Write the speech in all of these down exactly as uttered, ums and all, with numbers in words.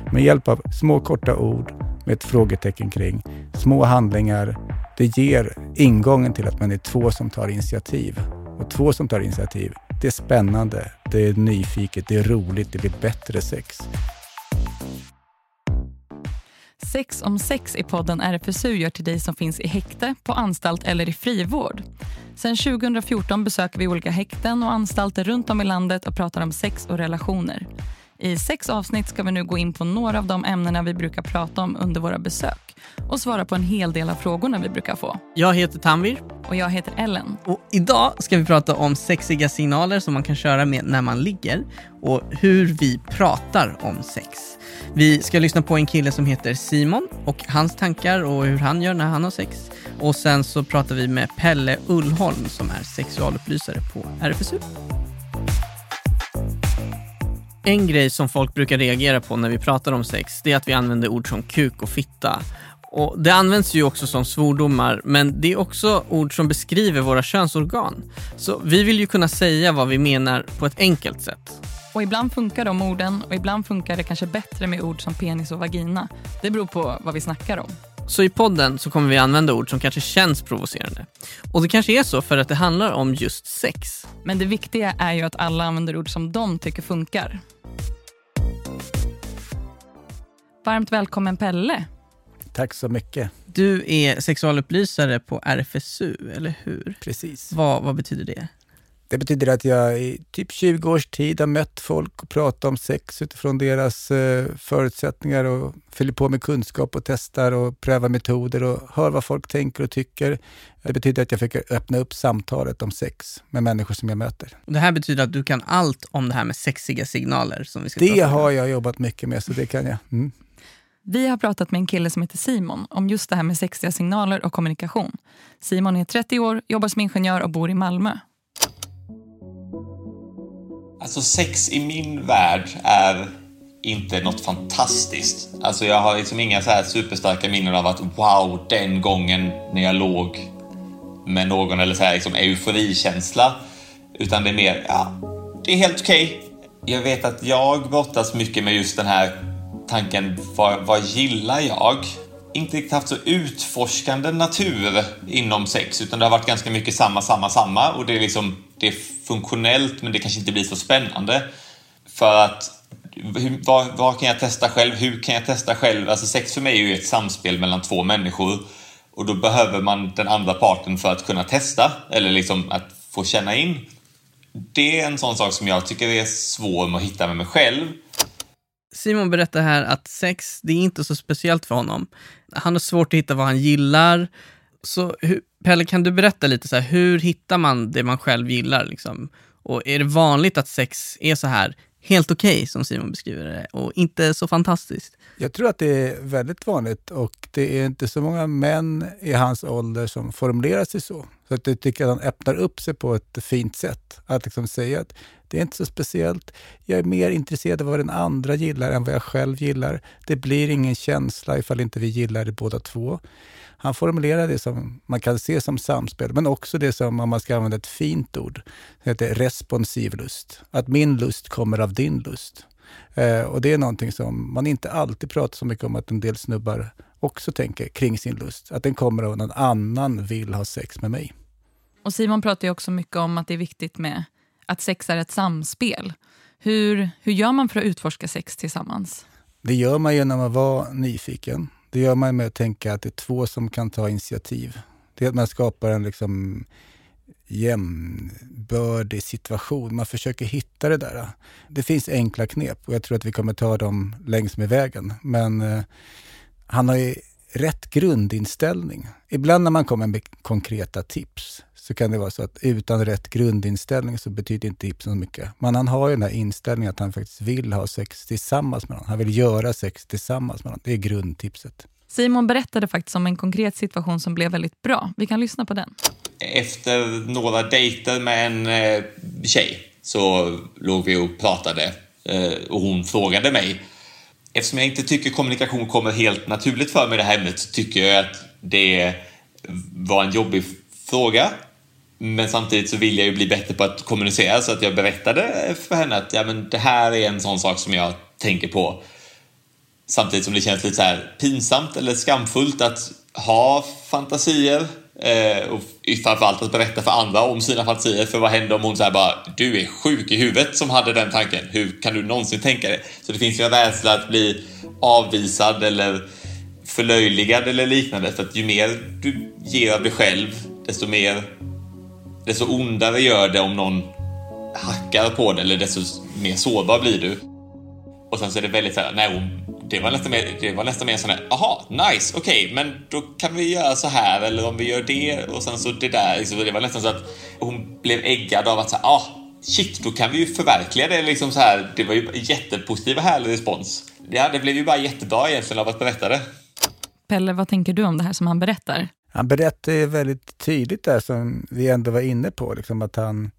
Med hjälp av små korta ord med ett frågetecken kring små handlingar. Det ger ingången till att man är två som tar initiativ. Och två som tar initiativ, det är spännande, det är nyfiket, det är roligt, det blir bättre sex. Sex om sex i podden R F S U gör till dig som finns i häkte, på anstalt eller i frivård. Sedan tjugo fjorton besöker vi olika häkten och anstalter runt om i landet och pratar om sex och relationer. I sex avsnitt ska vi nu gå in på några av de ämnena vi brukar prata om under våra besök och svara på en hel del av frågorna vi brukar få. Jag heter Tanvir. Och jag heter Ellen. Och idag ska vi prata om sexiga signaler som man kan köra med när man ligger och hur vi pratar om sex. Vi ska lyssna på en kille som heter Simon och hans tankar och hur han gör när han har sex. Och sen så pratar vi med Pelle Ullholm som är sexualupplysare på R F S U. En grej som folk brukar reagera på när vi pratar om sex, det är att vi använder ord som kuk och fitta. Och det används ju också som svordomar, men det är också ord som beskriver våra könsorgan. Så vi vill ju kunna säga vad vi menar på ett enkelt sätt. Och ibland funkar de orden och ibland funkar det kanske bättre med ord som penis och vagina. Det beror på vad vi snackar om. Så i podden så kommer vi använda ord som kanske känns provocerande. Och det kanske är så för att det handlar om just sex. Men det viktiga är ju att alla använder ord som de tycker funkar. Varmt välkommen Pelle. Tack så mycket. Du är sexualupplysare på R F S U, eller hur? Precis. Vad, vad betyder det? Det betyder att jag i typ tjugo års tid har mött folk och pratat om sex utifrån deras eh, förutsättningar och fyller på med kunskap och testar och prövar metoder och hör vad folk tänker och tycker. Det betyder att jag fick öppna upp samtalet om sex med människor som jag möter. Och det här betyder att du kan allt om det här med sexiga signaler som vi ska Det prata om. har jag jobbat mycket med, så det kan jag. Mm. Vi har pratat med en kille som heter Simon om just det här med sexiga signaler och kommunikation. Simon är trettio år, jobbar som ingenjör och bor i Malmö. Alltså sex i min värld är inte något fantastiskt. Alltså jag har liksom inga så här superstarka minnen av att wow, den gången när jag låg med någon eller så här liksom euforikänsla. Utan det är mer, ja, det är helt okej. Jag vet att jag brottas mycket med just den här tanken, vad, vad gillar jag? Inte riktigt haft så utforskande natur inom sex, utan det har varit ganska mycket samma, samma, samma. Och det är liksom, det är funktionellt, men det kanske inte blir så spännande. För att, hur, vad, vad kan jag testa själv? Hur kan jag testa själv? Alltså sex för mig är ju ett samspel mellan två människor. Och då behöver man den andra parten för att kunna testa, eller liksom att få känna in. Det är en sån sak som jag tycker är svår att hitta med mig själv. Simon berättar här att sex, det är inte så speciellt för honom. Han har svårt att hitta vad han gillar. Så hur, Pelle, kan du berätta lite så här, hur hittar man det man själv gillar liksom? Och är det vanligt att sex är så här helt okej okay, som Simon beskriver det, och inte så fantastiskt? Jag tror att det är väldigt vanligt, och det är inte så många män i hans ålder som formulerar sig så. Så att jag tycker att han öppnar upp sig på ett fint sätt. Att liksom säga att det är inte så speciellt. Jag är mer intresserad av vad den andra gillar än vad jag själv gillar. Det blir ingen känsla ifall inte vi gillar det båda två. Han formulerar det som man kan se som samspel, men också det som, om man ska använda ett fint ord, det heter responsiv lust. Att min lust kommer av din lust. Eh, och det är någonting som man inte alltid pratar så mycket om, att en del snubbar också tänker kring sin lust. Att den kommer av någon annan vill ha sex med mig. Och Simon pratar ju också mycket om att det är viktigt med att sex är ett samspel. Hur, hur gör man för att utforska sex tillsammans? Det gör man genom att vara nyfiken. Det gör man med att tänka att det är två som kan ta initiativ. Det är att man skapar en liksom jämnbördig situation. Man försöker hitta det där. Det finns enkla knep och jag tror att vi kommer ta dem längs med vägen. Men eh, han har ju rätt grundinställning. Ibland när man kommer med konkreta tips så kan det vara så att utan rätt grundinställning så betyder inte tipsen så mycket. Men han har ju den här inställningen att han faktiskt vill ha sex tillsammans med någon. Han vill göra sex tillsammans med någon. Det är grundtipset. Simon berättade faktiskt om en konkret situation som blev väldigt bra. Vi kan lyssna på den. Efter några dejter med en eh, tjej så låg vi och pratade eh, och hon frågade mig. Eftersom jag inte tycker kommunikation kommer helt naturligt för mig i det här ämnet, så tycker jag att det var en jobbig fråga. Men samtidigt så vill jag ju bli bättre på att kommunicera, så att jag berättade för henne att ja, men det här är en sån sak som jag tänker på. Samtidigt som det känns lite så här pinsamt eller skamfullt att ha fantasier. Eh, och framförallt att berätta för andra om sina fantasier. För vad händer om hon säger bara, du är sjuk i huvudet som hade den tanken. Hur kan du någonsin tänka det? Så det finns ju en rädsla att bli avvisad eller förlöjligad eller liknande. För att ju mer du ger av dig själv, desto mer desto ondare gör det om någon hackar på det, eller desto mer sårbar blir du. Och sen så är det väldigt så här, nej, det var nästan mer, det var nästan mer sån här, aha, nice, okej, okay, men då kan vi göra så här, eller om vi gör det, och sen så det där, liksom, det var nästan så att hon blev äggad av att säga, ah, shit, då kan vi ju förverkliga det, liksom så här. Det var ju jättepositiv och härlig respons. Ja, det blev ju bara jättebra egentligen av att berätta det. Pelle, vad tänker du om det här som han berättar? Han berättar väldigt tydligt där som vi ändå var inne på, liksom att han,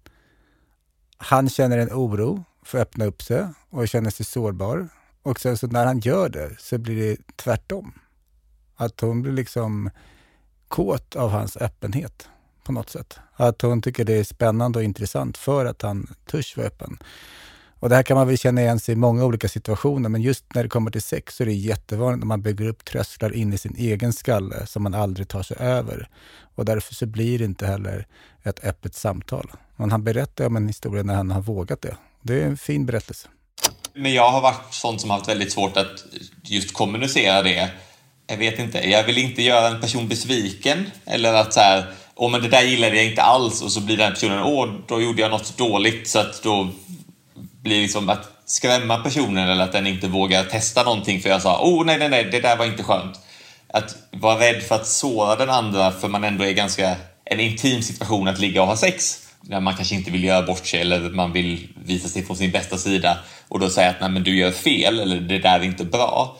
han känner en oro för att öppna upp sig och känner sig sårbar. Och sen så när han gör det så blir det tvärtom. Att hon blir liksom kåt av hans öppenhet på något sätt. Att hon tycker det är spännande och intressant för att han törs vara öppen. Och det här kan man väl känna igen sig i många olika situationer, men just när det kommer till sex så är det jättevanligt när man bygger upp trösklar in i sin egen skalle som man aldrig tar sig över. Och därför så blir det inte heller ett öppet samtal. Men han berättar om en historia när han har vågat det. Det är en fin berättelse. Men jag har varit sån som har haft väldigt svårt att just kommunicera det. Jag vet inte, jag vill inte göra en person besviken. Eller att så här, åh men det där gillade jag inte alls. Och så blir den personen, åh då gjorde jag något dåligt. Så att då blir liksom att skrämma personen, eller att den inte vågar testa någonting för jag sa, åh nej nej nej, det där var inte skönt. Att vara rädd för att såra den andra, för man ändå är ganska en intim situation att ligga och ha sex. När man kanske inte vill göra bort sig, eller man vill visa sig från sin bästa sida. Och då säga att nej men du gör fel, eller det där är inte bra.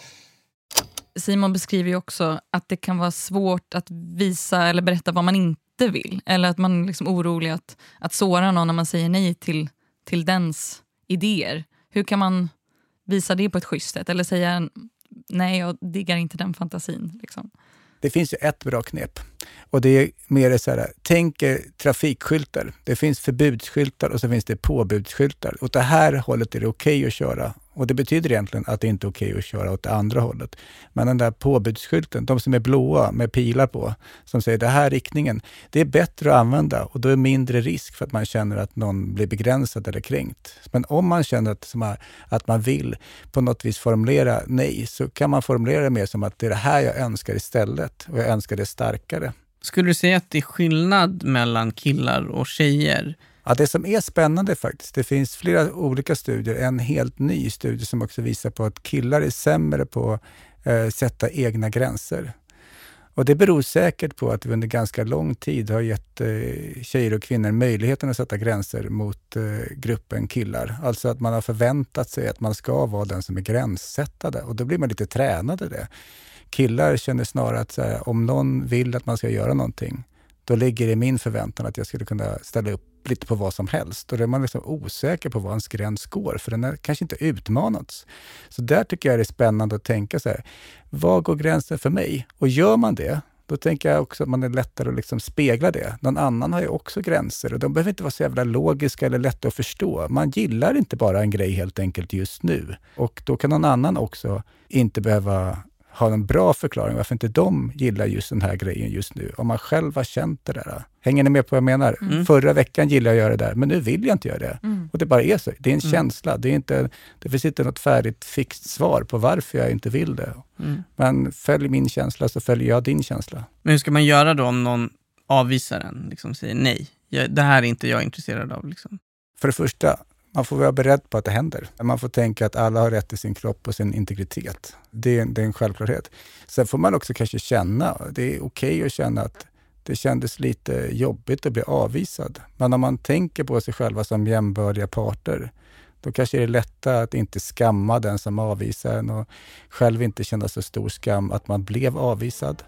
Simon beskriver ju också att det kan vara svårt att visa eller berätta vad man inte vill. Eller att man är liksom orolig att, att såra någon när man säger nej till, till dens idéer. Hur kan man visa det på ett schysst sätt? Eller säga nej, jag diggar inte den fantasin. Liksom. Det finns ju ett bra knep. Och det är mer så här, tänk trafikskyltar. Det finns förbudsskyltar och så finns det påbudsskyltar. Åt det här hållet är det okej att köra. Och det betyder egentligen att det inte är okej att köra åt det andra hållet. Men den där påbudsskylten, de som är blåa med pilar på, som säger det här riktningen, det är bättre att använda. Och då är mindre risk för att man känner att någon blir begränsad eller kränkt. Men om man känner att, som här, att man vill på något vis formulera nej, så kan man formulera det mer som att det är det här jag önskar istället. Och jag önskar det starkare. Skulle du säga att det är skillnad mellan killar och tjejer? Ja, det som är spännande faktiskt, det finns flera olika studier, en helt ny studie som också visar på att killar är sämre på att eh, sätta egna gränser. Och det beror säkert på att vi under ganska lång tid har gett eh, tjejer och kvinnor möjligheten att sätta gränser mot eh, gruppen killar. Alltså att man har förväntat sig att man ska vara den som är gränssättade, och då blir man lite tränad i det. Killar känner snarare att så här, om någon vill att man ska göra någonting, då ligger det i min förväntan att jag skulle kunna ställa upp lite på vad som helst. Och då är man liksom osäker på vad ens gräns går, för den har kanske inte utmanats. Så där tycker jag det är spännande att tänka så här, vad går gränsen för mig? Och gör man det, då tänker jag också att man är lättare att liksom spegla det. Någon annan har ju också gränser, och de behöver inte vara så jävla logiska eller lätta att förstå. Man gillar inte bara en grej helt enkelt just nu. Och då kan någon annan också inte behöva ha en bra förklaring varför inte de gillar just den här grejen just nu. Om man själv har känt det där. Hänger ni med på vad jag menar? Mm. Förra veckan gillade jag att göra det där, men nu vill jag inte göra det. Mm. Och det bara är så. Det är en mm. känsla. Det, är inte, det finns inte något färdigt fixt svar på varför jag inte vill det. Mm. Men följ min känsla så följer jag din känsla. Men hur ska man göra då om någon avvisar en? Liksom säger nej, jag, det här är inte jag intresserad av. Liksom. För det första, man får vara beredd på att det händer. Man får tänka att alla har rätt till sin kropp och sin integritet. Det är, det är en självklarhet. Sen får man också kanske känna, det är okej att känna att det kändes lite jobbigt att bli avvisad. Men om man tänker på sig själva som jämbördiga parter, då kanske det är lättare att inte skamma den som avvisar en och själv inte känna så stor skam att man blev avvisad.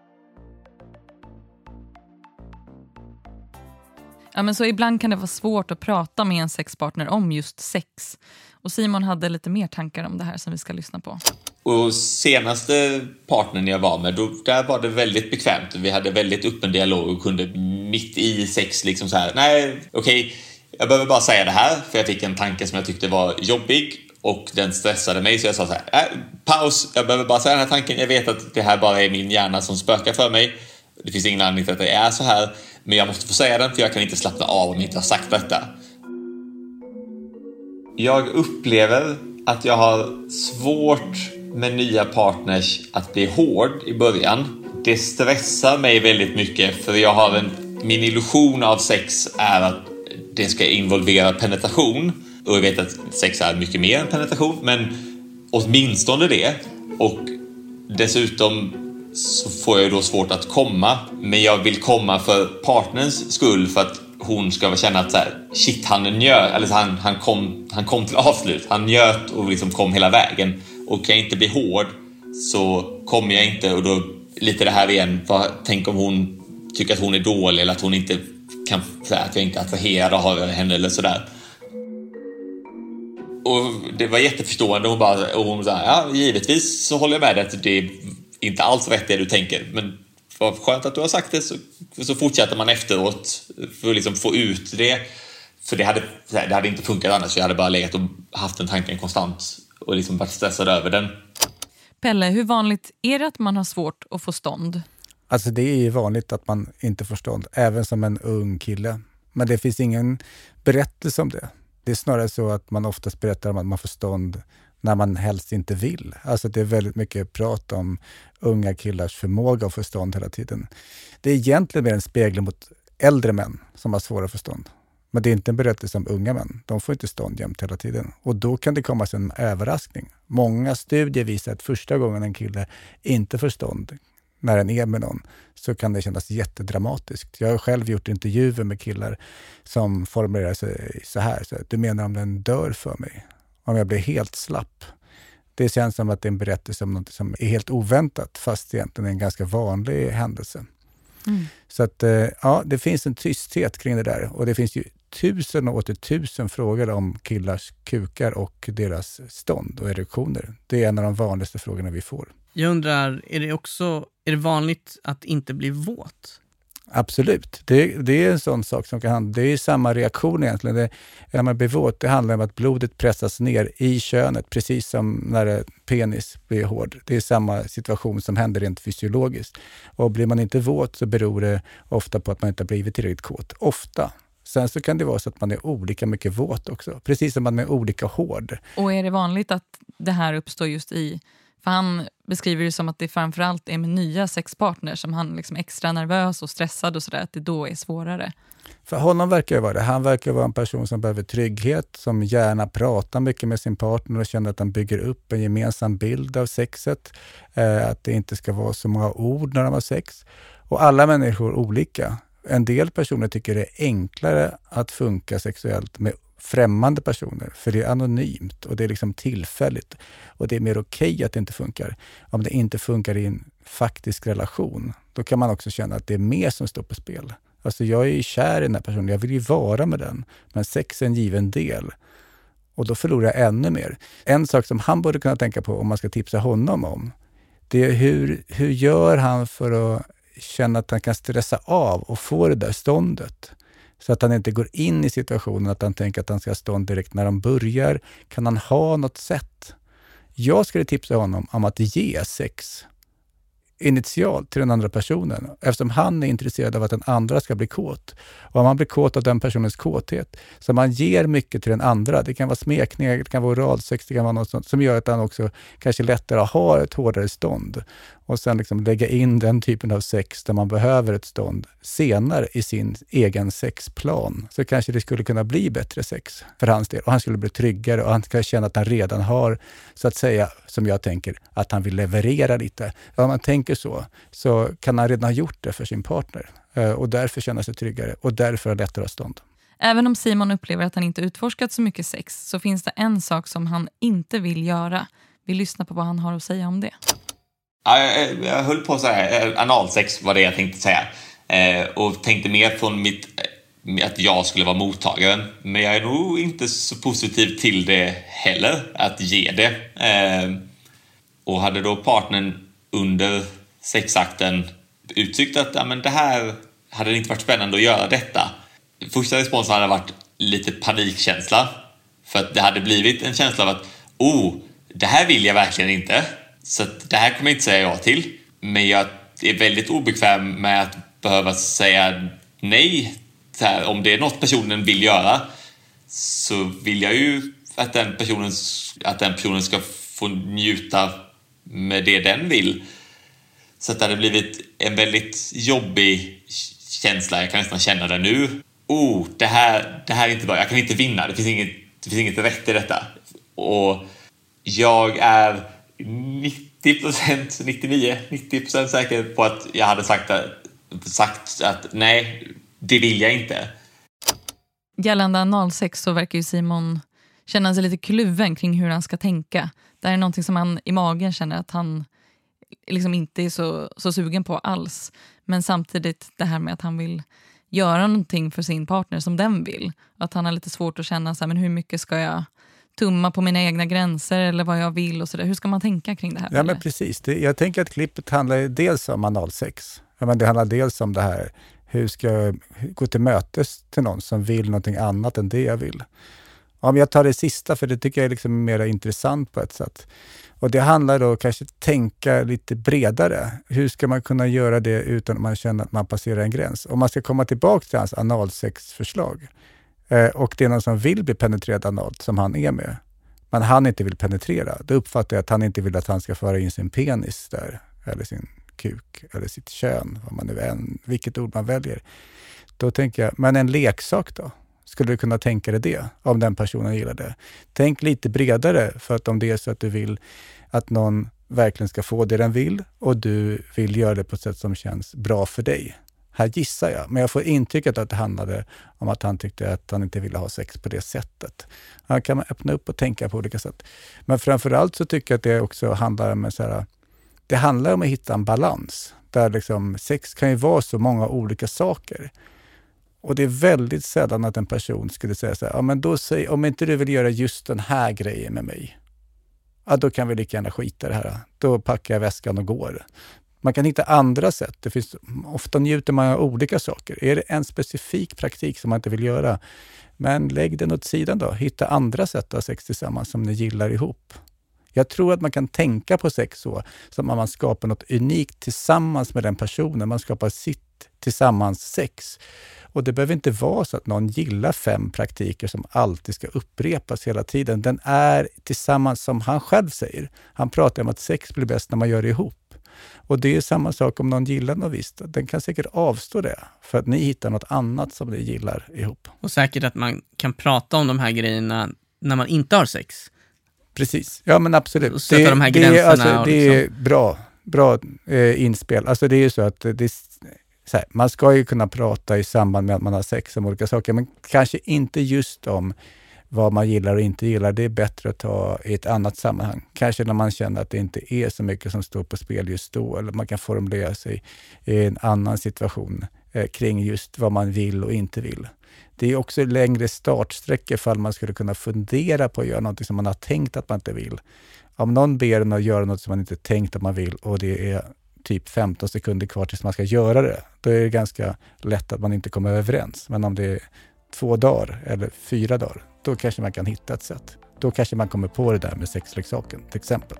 Ja, men så ibland kan det vara svårt att prata med en sexpartner om just sex. Och Simon hade lite mer tankar om det här som vi ska lyssna på. Och senaste partnern jag var med, då, där var det väldigt bekvämt. Vi hade väldigt öppen dialog och kunde mitt i sex liksom så här, nej, okej, okay, jag behöver bara säga det här för jag fick en tanke som jag tyckte var jobbig. Och den stressade mig, så jag sa så här, äh, paus, jag behöver bara säga den här tanken. Jag vet att det här bara är min hjärna som spökar för mig. Det finns ingen anledning till att det är så här. Men jag måste få säga den, för jag kan inte slappna av om jag inte har sagt detta. Jag upplever att jag har svårt med nya partners att bli hård i början. Det stressar mig väldigt mycket, för jag har en, min illusion av sex är att det ska involvera penetration. Och jag vet att sex är mycket mer än penetration, men åtminstone det. Och dessutom så får jag då svårt att komma. Men jag vill komma för partners skull, för att hon ska känna att så här, shit, han njöt, eller han, han, kom, han kom till avslut. Han njöt och liksom kom hela vägen. Och kan jag inte bli hård så kommer jag inte. Och då lite det här igen, för, tänk om hon tycker att hon är dålig, eller att hon inte kan, så här, att jag inte attraherar och har henne eller sådär. Och det var jätteförstående. Hon bara, och hon sa, ja, givetvis så håller jag med dig att det är inte alls rätt det du tänker, men vad skönt att du har sagt det. Så, så fortsätter man efteråt för att liksom få ut det. För det hade, det hade inte funkat annars. Jag hade bara legat och haft den tanken konstant och liksom varit stressad över den. Pelle, hur vanligt är det att man har svårt att få stånd? Alltså det är ju vanligt att man inte får stånd, även som en ung kille. Men det finns ingen berättelse om det. Det är snarare så att man oftast berättar om att man får stånd när man helst inte vill. Alltså det är väldigt mycket prat om unga killars förmåga att få stånd hela tiden. Det är egentligen mer en spegel mot äldre män som har svåra förstånd. Men det är inte en berättelse om unga män. De får inte stånd jämt hela tiden. Och då kan det komma som en överraskning. Många studier visar att första gången en kille inte får stånd när den är med någon, så kan det kännas jättedramatiskt. Jag har själv gjort intervjuer med killar som formulerar sig så här. Så, du menar om den dör för mig? Om jag blir helt slapp? Det känns som att det är en berättelse om något som är helt oväntat, fast egentligen är en ganska vanlig händelse. Mm. Så att, ja, det finns en tysthet kring det där. Och det finns ju tusen och åter tusen frågor om killars kukar och deras stånd och erektioner. Det är en av de vanligaste frågorna vi får. Jag undrar, är det också är det vanligt att inte bli våt? Absolut. Det, det är en sån sak som kan handla. Det är samma reaktion egentligen. Det, när man blir våt, det handlar om att blodet pressas ner i könet, precis som när penis blir hård. Det är samma situation som händer rent fysiologiskt. Och blir man inte våt så beror det ofta på att man inte har blivit tillräckligt kåt. Ofta. Sen så kan det vara så att man är olika mycket våt också. Precis som man är olika hård. Och är det vanligt att det här uppstår just i... För han beskriver det som att det framförallt är med nya sexpartners som han liksom är extra nervös och stressad och sådär, att det då är svårare. För honom verkar det vara det. Han verkar vara en person som behöver trygghet, som gärna pratar mycket med sin partner och känner att han bygger upp en gemensam bild av sexet. Eh, att det inte ska vara så många ord när de har sex. Och alla människor är olika. En del personer tycker det är enklare att funka sexuellt med främmande personer, för det är anonymt och det är liksom tillfälligt och det är mer okej att det inte funkar. Om det inte funkar i en faktisk relation, då kan man också känna att det är mer som står på spel. Alltså jag är ju kär i den här personen, jag vill ju vara med den, men sex är en given del och då förlorar jag ännu mer. En sak som han borde kunna tänka på om man ska tipsa honom om, det är hur, hur gör han för att känna att han kan stressa av och få det där ståndet. Så att han inte går in i situationen att han tänker att han ska stå direkt när de börjar. Kan han ha något sätt? Jag skulle tipsa honom om att ge sex initialt till den andra personen. Eftersom han är intresserad av att den andra ska bli kåt. Och om han blir kåt av den personens kåthet. Så man ger mycket till den andra. Det kan vara smekningar, det kan vara oralsex, det kan vara något sånt som gör att han också kanske lättare har ett hårdare stånd. Och sen liksom lägga in den typen av sex där man behöver ett stånd senare i sin egen sexplan. Så kanske det skulle kunna bli bättre sex för hans del. Och han skulle bli tryggare och han ska känna att han redan har, så att säga, som jag tänker, att han vill leverera lite. Om man tänker så, så kan han redan ha gjort det för sin partner. Och därför känna sig tryggare och därför har lättare stånd. Även om Simon upplever att han inte utforskat så mycket sex, så finns det en sak som han inte vill göra. Vi lyssnar på vad han har att säga om det. Ja, jag, jag höll på att säga analsex var det jag tänkte säga. Eh, och tänkte mer från mitt, att jag skulle vara mottagaren. Men jag är nog inte så positiv till det heller, att ge det. Eh, och hade då partnern under sexakten uttryckt att ja, men det här hade det inte varit spännande att göra detta. Första responsen hade varit lite panikkänsla. För att det hade blivit en känsla av att oh, det här vill jag verkligen inte. Så att det här kommer jag inte säga ja till. Men jag är väldigt obekväm med att behöva säga nej. Här, om det är något personen vill göra så vill jag ju att den personen, att den personen ska få njuta med det den vill. Så att det hade blivit en väldigt jobbig känsla. Jag kan nästan känna det nu. Oh, det här, det här är inte bra. Jag kan inte vinna. Det finns inget, det finns inget rätt i detta. Och jag är nittio procent, nittionio, nittio procent säker på att jag hade sagt att, sagt att nej, det vill jag inte. Gällande analsex så verkar ju Simon känna sig lite kluven kring hur han ska tänka. Det här är någonting som han i magen känner att han liksom inte är så, så sugen på alls. Men samtidigt det här med att han vill göra någonting för sin partner som den vill. Att han har lite svårt att känna så här, men hur mycket ska jag tumma på mina egna gränser eller vad jag vill och sådär. Hur ska man tänka kring det här? Ja, men precis. Det, jag tänker att klippet handlar dels om analsex. Ja, men det handlar dels om det här, hur ska jag gå till mötes till någon som vill någonting annat än det jag vill. Om jag tar det sista, för det tycker jag är liksom mer intressant på ett sätt. Och det handlar då kanske tänka lite bredare. Hur ska man kunna göra det utan att man känner att man passerar en gräns? Om man ska komma tillbaka till hans analsexförslag eh, och det är någon som vill bli penetrerad analt som han är med, men han inte vill penetrera, då uppfattar jag att han inte vill att han ska föra in sin penis där, eller sin kuk, eller sitt kön, vad man nu än, vilket ord man väljer. Då tänker jag, men en leksak då? Skulle du kunna tänka dig det, om den personen gillar det? Tänk lite bredare, för att om det är så att du vill att någon verkligen ska få det den vill och du vill göra det på ett sätt som känns bra för dig. Här gissar jag, men jag får intrycket att det handlade om att han tyckte att han inte ville ha sex på det sättet. Här kan man öppna upp och tänka på olika sätt. Men framförallt så tycker jag att det också handlar om så här, det handlar om att hitta en balans. Där liksom sex kan ju vara så många olika saker. Och det är väldigt sällan att en person skulle säga så här, ja men då säg, om inte du vill göra just den här grejen med mig, ja då kan vi lika gärna skita det här. Då packar jag väskan och går. Man kan hitta andra sätt. Det finns, ofta njuter man av olika saker. Är det en specifik praktik som man inte vill göra, men lägg den åt sidan då. Hitta andra sätt att ha sex tillsammans som ni gillar ihop. Jag tror att man kan tänka på sex så, som att man skapar något unikt tillsammans med den personen. Man skapar sitt tillsammans sex. Och det behöver inte vara så att någon gillar fem praktiker som alltid ska upprepas hela tiden. Den är tillsammans som han själv säger. Han pratar om att sex blir bäst när man gör det ihop. Och det är samma sak om någon gillar något visst. Den kan säkert avstå det för att ni hittar något annat som ni gillar ihop. Och säkert att man kan prata om de här grejerna när man inte har sex. Precis, ja men absolut. Och sätta de här gränserna. Det är, alltså, och det är liksom. bra, bra eh, inspel. Alltså det är ju så att det, så här, man ska ju kunna prata i samband med att man har sex om olika saker, men kanske inte just om vad man gillar och inte gillar. Det är bättre att ta i ett annat sammanhang. Kanske när man känner att det inte är så mycket som står på spel just då, eller man kan formulera sig i en annan situation eh, kring just vad man vill och inte vill. Det är också längre startsträckor för att man skulle kunna fundera på att göra något som man har tänkt att man inte vill. Om någon ber en att göra något som man inte tänkt att man vill och det är typ femton sekunder kvar tills man ska göra det, då är det ganska lätt att man inte kommer överens. Men om det är två dagar eller fyra dagar, då kanske man kan hitta ett sätt. Då kanske man kommer på det där med sexleksaken till exempel.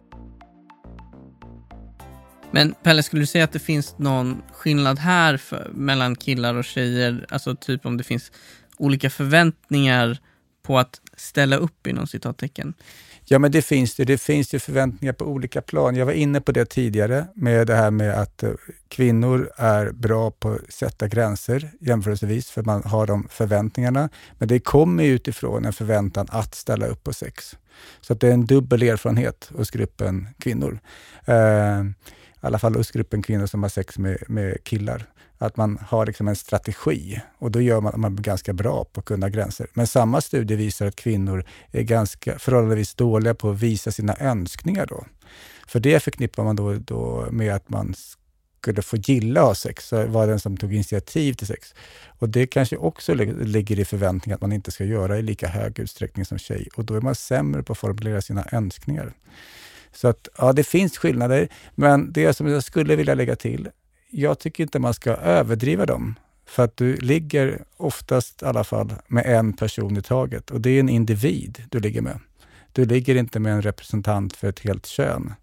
Men Pelle, skulle du säga att det finns någon skillnad här för, mellan killar och tjejer? Alltså typ om det finns olika förväntningar på att ställa upp inom citattecken? Ja, men det finns det. Det finns ju förväntningar på olika plan. Jag var inne på det tidigare med det här med att kvinnor är bra på att sätta gränser jämförelsevis, för man har de förväntningarna. Men det kommer utifrån en förväntan att ställa upp på sex. Så att det är en dubbel erfarenhet hos gruppen kvinnor. Eh, I alla fall hos gruppen kvinnor som har sex med, med killar. Att man har liksom en strategi och då gör man, man ganska bra på att kunna gränser. Men samma studie visar att kvinnor är ganska förhållandevis dåliga på att visa sina önskningar då. För det förknippar man då, då med att man skulle få gilla att ha sex, så var den som tog initiativ till sex. Och det kanske också ligger i förväntningen att man inte ska göra i lika hög utsträckning som tjej. Och då är man sämre på att formulera sina önskningar. Så att ja, det finns skillnader, men det som jag skulle vilja lägga till, jag tycker inte man ska överdriva dem. För att du ligger oftast i alla fall med en person i taget. Och det är en individ du ligger med. Du ligger inte med en representant för ett helt kön.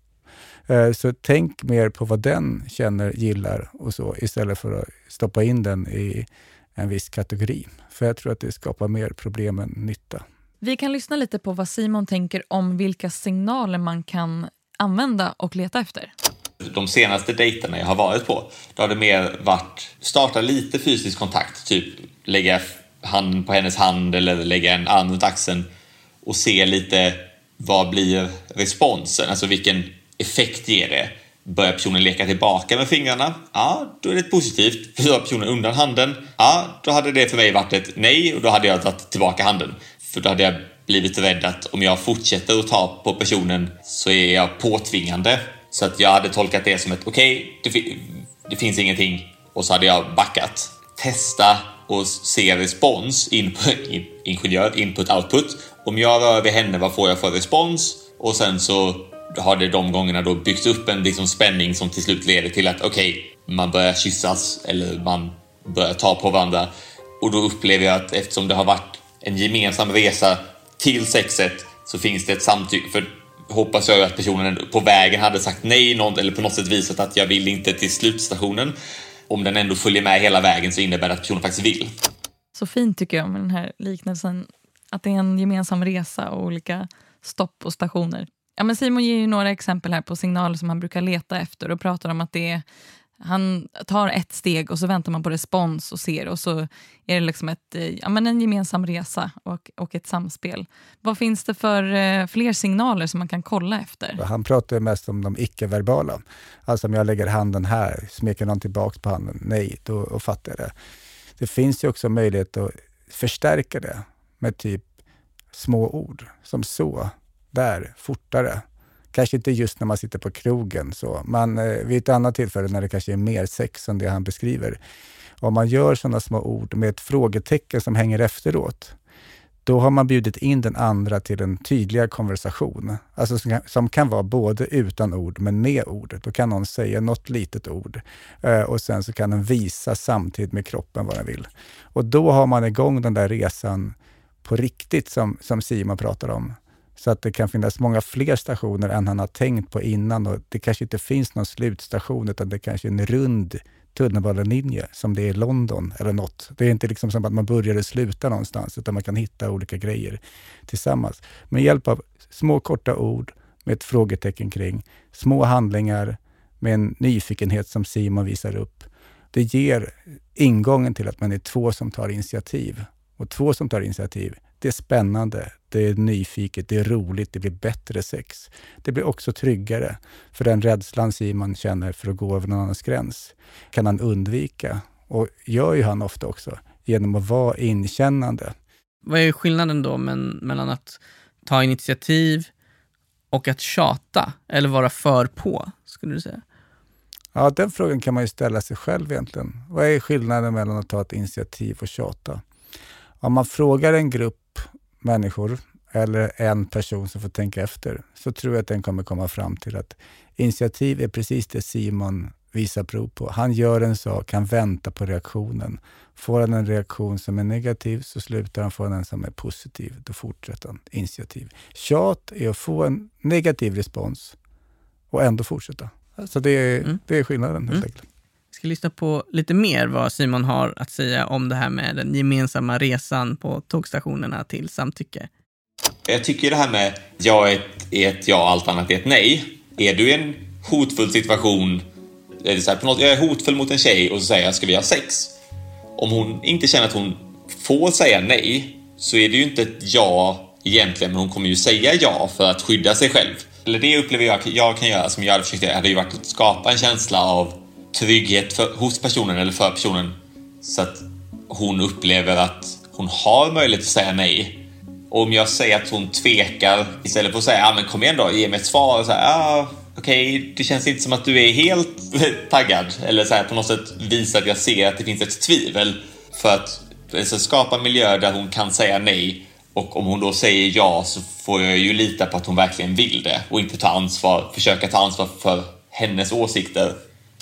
Så tänk mer på vad den känner, gillar och så, istället för att stoppa in den i en viss kategori. För jag tror att det skapar mer problem än nytta. Vi kan lyssna lite på vad Simon tänker om vilka signaler man kan använda och leta efter. De senaste dejterna jag har varit på, då har det mer varit starta lite fysisk kontakt, typ lägga handen på hennes hand eller lägga en arm runt axeln och se lite vad blir responsen, alltså vilken effekt ger det. Börjar personen leka tillbaka med fingrarna? Ja, då är det positivt. För personen undan handen? Ja, då hade det för mig varit ett nej och då hade jag tagit tillbaka handen. För då hade jag blivit rädd att om jag fortsätter att ta på personen så är jag påtvingande. Så att jag hade tolkat det som ett okej, okay, det, det finns ingenting. Och så hade jag backat. Testa och se respons, input, in, ingenjör, input, output. Om jag rör vid henne, vad får jag för respons? Och sen så har det de gångerna då byggt upp en liksom spänning som till slut leder till att okej, okay, man börjar kyssas eller man börjar ta på varandra. Och då upplever jag att eftersom det har varit en gemensam resa till sexet så finns det ett samtycke. För hoppas jag att personen på vägen hade sagt nej någon, eller på något sätt visat att jag vill inte till slutstationen. Om den ändå följer med hela vägen så innebär det att personen faktiskt vill. Så fint tycker jag med den här liknelsen. Att det är en gemensam resa och olika stopp och stationer. Ja, men Simon ger ju några exempel här på signaler som han brukar leta efter och pratar om att det är, han tar ett steg och så väntar man på respons och ser och så är det liksom ett, ja, men en gemensam resa och, och ett samspel. Vad finns det för uh, fler signaler som man kan kolla efter? Han pratar mest om de icke-verbala. Alltså om jag lägger handen här, smeker någon tillbaka på handen, nej, då, då fattar jag det. Det finns ju också möjlighet att förstärka det med typ små ord som så. Där, fortare. Kanske inte just när man sitter på krogen så. Men eh, vid ett annat tillfälle när det kanske är mer sex än det han beskriver. Om man gör sådana små ord med ett frågetecken som hänger efteråt. Då har man bjudit in den andra till en tydligare konversation. Alltså som kan, som kan vara både utan ord men med ord. Då kan någon säga något litet ord. Eh, och sen så kan den visa samtidigt med kroppen vad den vill. Och då har man igång den där resan på riktigt som, som Simon pratar om. Så att det kan finnas många fler stationer än han har tänkt på innan. Och det kanske inte finns någon slutstation utan det kanske är en rund tunnelbanelinje som det är i London eller något. Det är inte liksom som att man börjar och slutar någonstans utan man kan hitta olika grejer tillsammans. Med hjälp av små korta ord med ett frågetecken kring. Små handlingar med en nyfikenhet som Simon visar upp. Det ger ingången till att man är två som tar initiativ. Och två som tar initiativ, det är spännande, det är nyfiket, det är roligt, det blir bättre sex. Det blir också tryggare, för den rädslan Simon känner för att gå över någon annans gräns kan han undvika. Och gör ju han ofta också, genom att vara inkännande. Vad är skillnaden då men, mellan att ta initiativ och att tjata, eller vara för på, skulle du säga? Ja, den frågan kan man ju ställa sig själv egentligen. Vad är skillnaden mellan att ta ett initiativ och tjata? Om man frågar en grupp människor eller en person som får tänka efter så tror jag att den kommer komma fram till att initiativ är precis det Simon visar prov på. Han gör en sak, han väntar på reaktionen. Får han en reaktion som är negativ så slutar han, få en som är positiv. Då fortsätter han initiativ. Tjat är att få en negativ respons och ändå fortsätta. Så det är, mm. det är skillnaden helt enkelt. Vi ska lyssna på lite mer vad Simon har att säga om det här med den gemensamma resan på tågstationerna till samtycke. Jag tycker det här med ja är ett, är ett ja, allt annat är ett nej. Är du i en hotfull situation, är det så här, på något, jag är hotfull mot en tjej och så säger jag, ska vi ha sex? Om hon inte känner att hon får säga nej så är det ju inte ett ja egentligen, men hon kommer ju säga ja för att skydda sig själv. Eller det upplever jag jag kan göra som jag hade försökt göra, hade ju varit att skapa en känsla av trygghet för, hos personen eller för personen så att hon upplever att hon har möjlighet att säga nej. Och om jag säger att hon tvekar istället för att säga ja men kom igen då, ge mig ett svar och så här, ah, okej, okay, det känns inte som att du är helt taggad eller så här, på något sätt visa att jag ser att det finns ett tvivel för att alltså, skapa en miljö där hon kan säga nej. Och om hon då säger ja så får jag ju lita på att hon verkligen vill det och inte ta ansvar, försöka ta ansvar för hennes åsikter.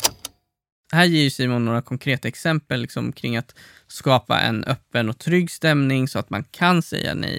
Här ger ju Simon några konkreta exempel liksom, kring att skapa en öppen och trygg stämning så att man kan säga nej.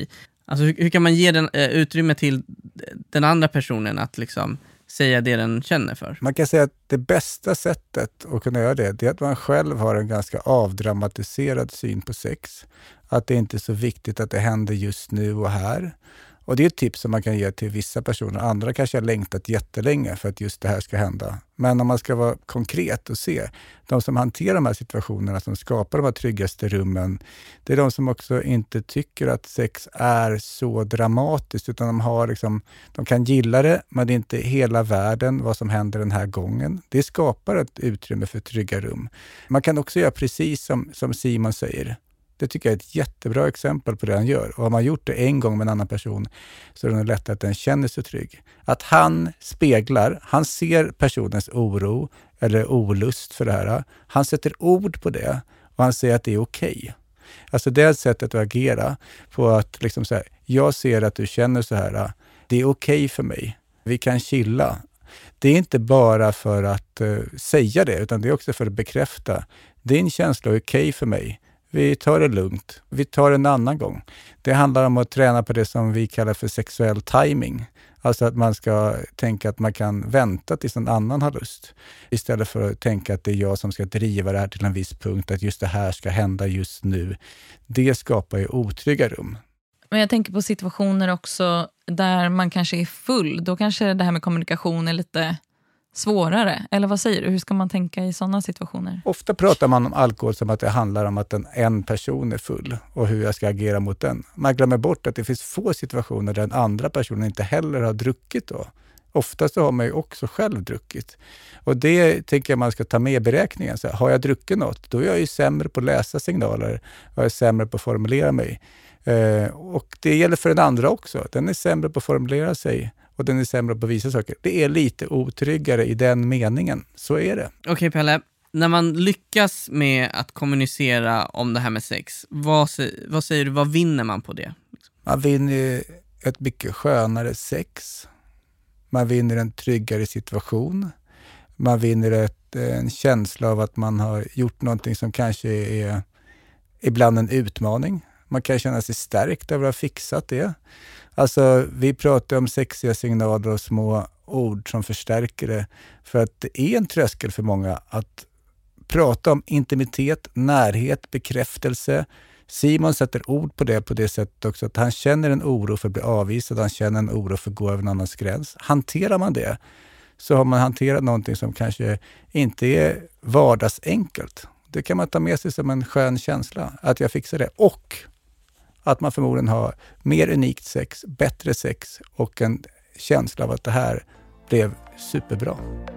Alltså hur, hur kan man ge den, eh, utrymme till den andra personen att liksom säga det den känner för? Man kan säga att det bästa sättet att kunna göra det, det är att man själv har en ganska avdramatiserad syn på sex. Att det inte är så viktigt att det händer just nu och här. Och det är ett tips som man kan ge till vissa personer. Andra kanske har längtat jättelänge för att just det här ska hända. Men om man ska vara konkret och se, de som hanterar de här situationerna, som skapar de här tryggaste rummen, det är de som också inte tycker att sex är så dramatiskt, utan de har liksom, de kan gilla det, men det är inte hela världen vad som händer den här gången. Det skapar ett utrymme för trygga rum. Man kan också göra precis som, som Simon säger. Det tycker jag är ett jättebra exempel på det han gör. Och har man gjort det en gång med en annan person så är det lätt att den känner sig trygg. Att han speglar, han ser personens oro eller olust för det här. Han sätter ord på det och han säger att det är okej. Okay. Alltså det är ett sätt att agera på att liksom säga, jag ser att du känner så här, det är okej okay för mig. Vi kan chilla. Det är inte bara för att uh, säga det, utan det är också för att bekräfta. Din känsla är okej okay för mig. Vi tar det lugnt. Vi tar det en annan gång. Det handlar om att träna på det som vi kallar för sexuell timing. Alltså att man ska tänka att man kan vänta tills någon annan har lust. Istället för att tänka att det är jag som ska driva det här till en viss punkt. Att just det här ska hända just nu. Det skapar ju otrygga rum. Men jag tänker på situationer också där man kanske är full. Då kanske det här med kommunikation är lite svårare. Eller vad säger du? Hur ska man tänka i sådana situationer? Ofta pratar man om alkohol som att det handlar om att en, en person är full och hur jag ska agera mot den. Man glömmer bort att det finns få situationer där den andra personen inte heller har druckit då. Ofta så har man ju också själv druckit. Och det tänker jag man ska ta med i beräkningen. Så har jag druckit något, då är jag ju sämre på att läsa signaler. Jag är sämre på att formulera mig. Eh, och det gäller för den andra också. Den är sämre på att formulera sig. Och den är sämre på att visa saker. Det är lite otryggare i den meningen. Så är det. Okej, okay, Pelle. När man lyckas med att kommunicera om det här med sex, vad, vad säger du, vad vinner man på det? Man vinner ett mycket skönare sex. Man vinner en tryggare situation. Man vinner ett, en känsla av att man har gjort någonting som kanske är ibland en utmaning. Man kan känna sig stärkt över att ha fixat det. Alltså, vi pratar om sexiga signaler och små ord som förstärker det. För att det är en tröskel för många att prata om intimitet, närhet, bekräftelse. Simon sätter ord på det på det sättet också att han känner en oro för att bli avvisad. Han känner en oro för att gå över en annans gräns. Hanterar man det så har man hanterat någonting som kanske inte är vardagsenkelt. Det kan man ta med sig som en skön känsla att jag fixar det. Och att man förmodligen har mer unikt sex, bättre sex och en känsla av att det här blev superbra.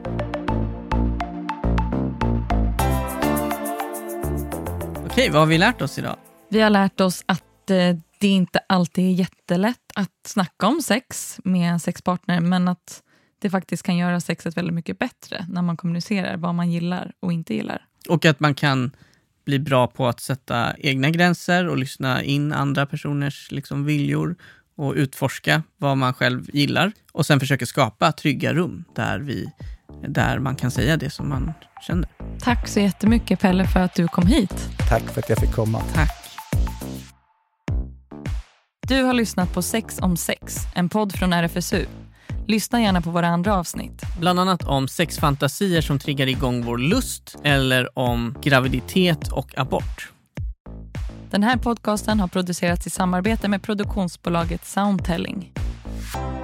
Okej, vad har vi lärt oss idag? Vi har lärt oss att eh, det inte alltid är jättelätt att snacka om sex med en sexpartner, men att det faktiskt kan göra sexet väldigt mycket bättre när man kommunicerar vad man gillar och inte gillar. Och att man kan bli bra på att sätta egna gränser och lyssna in andra personers liksom viljor och utforska vad man själv gillar. Och sen försöka skapa trygga rum där, vi, där man kan säga det som man känner. Tack så jättemycket, Pelle, för att du kom hit. Tack för att jag fick komma. Tack. Du har lyssnat på Sex om sex, en podd från R F S U. Lyssna gärna på våra andra avsnitt. Bland annat om sexfantasier som triggar igång vår lust eller om graviditet och abort. Den här podcasten har producerats i samarbete med produktionsbolaget Soundtelling.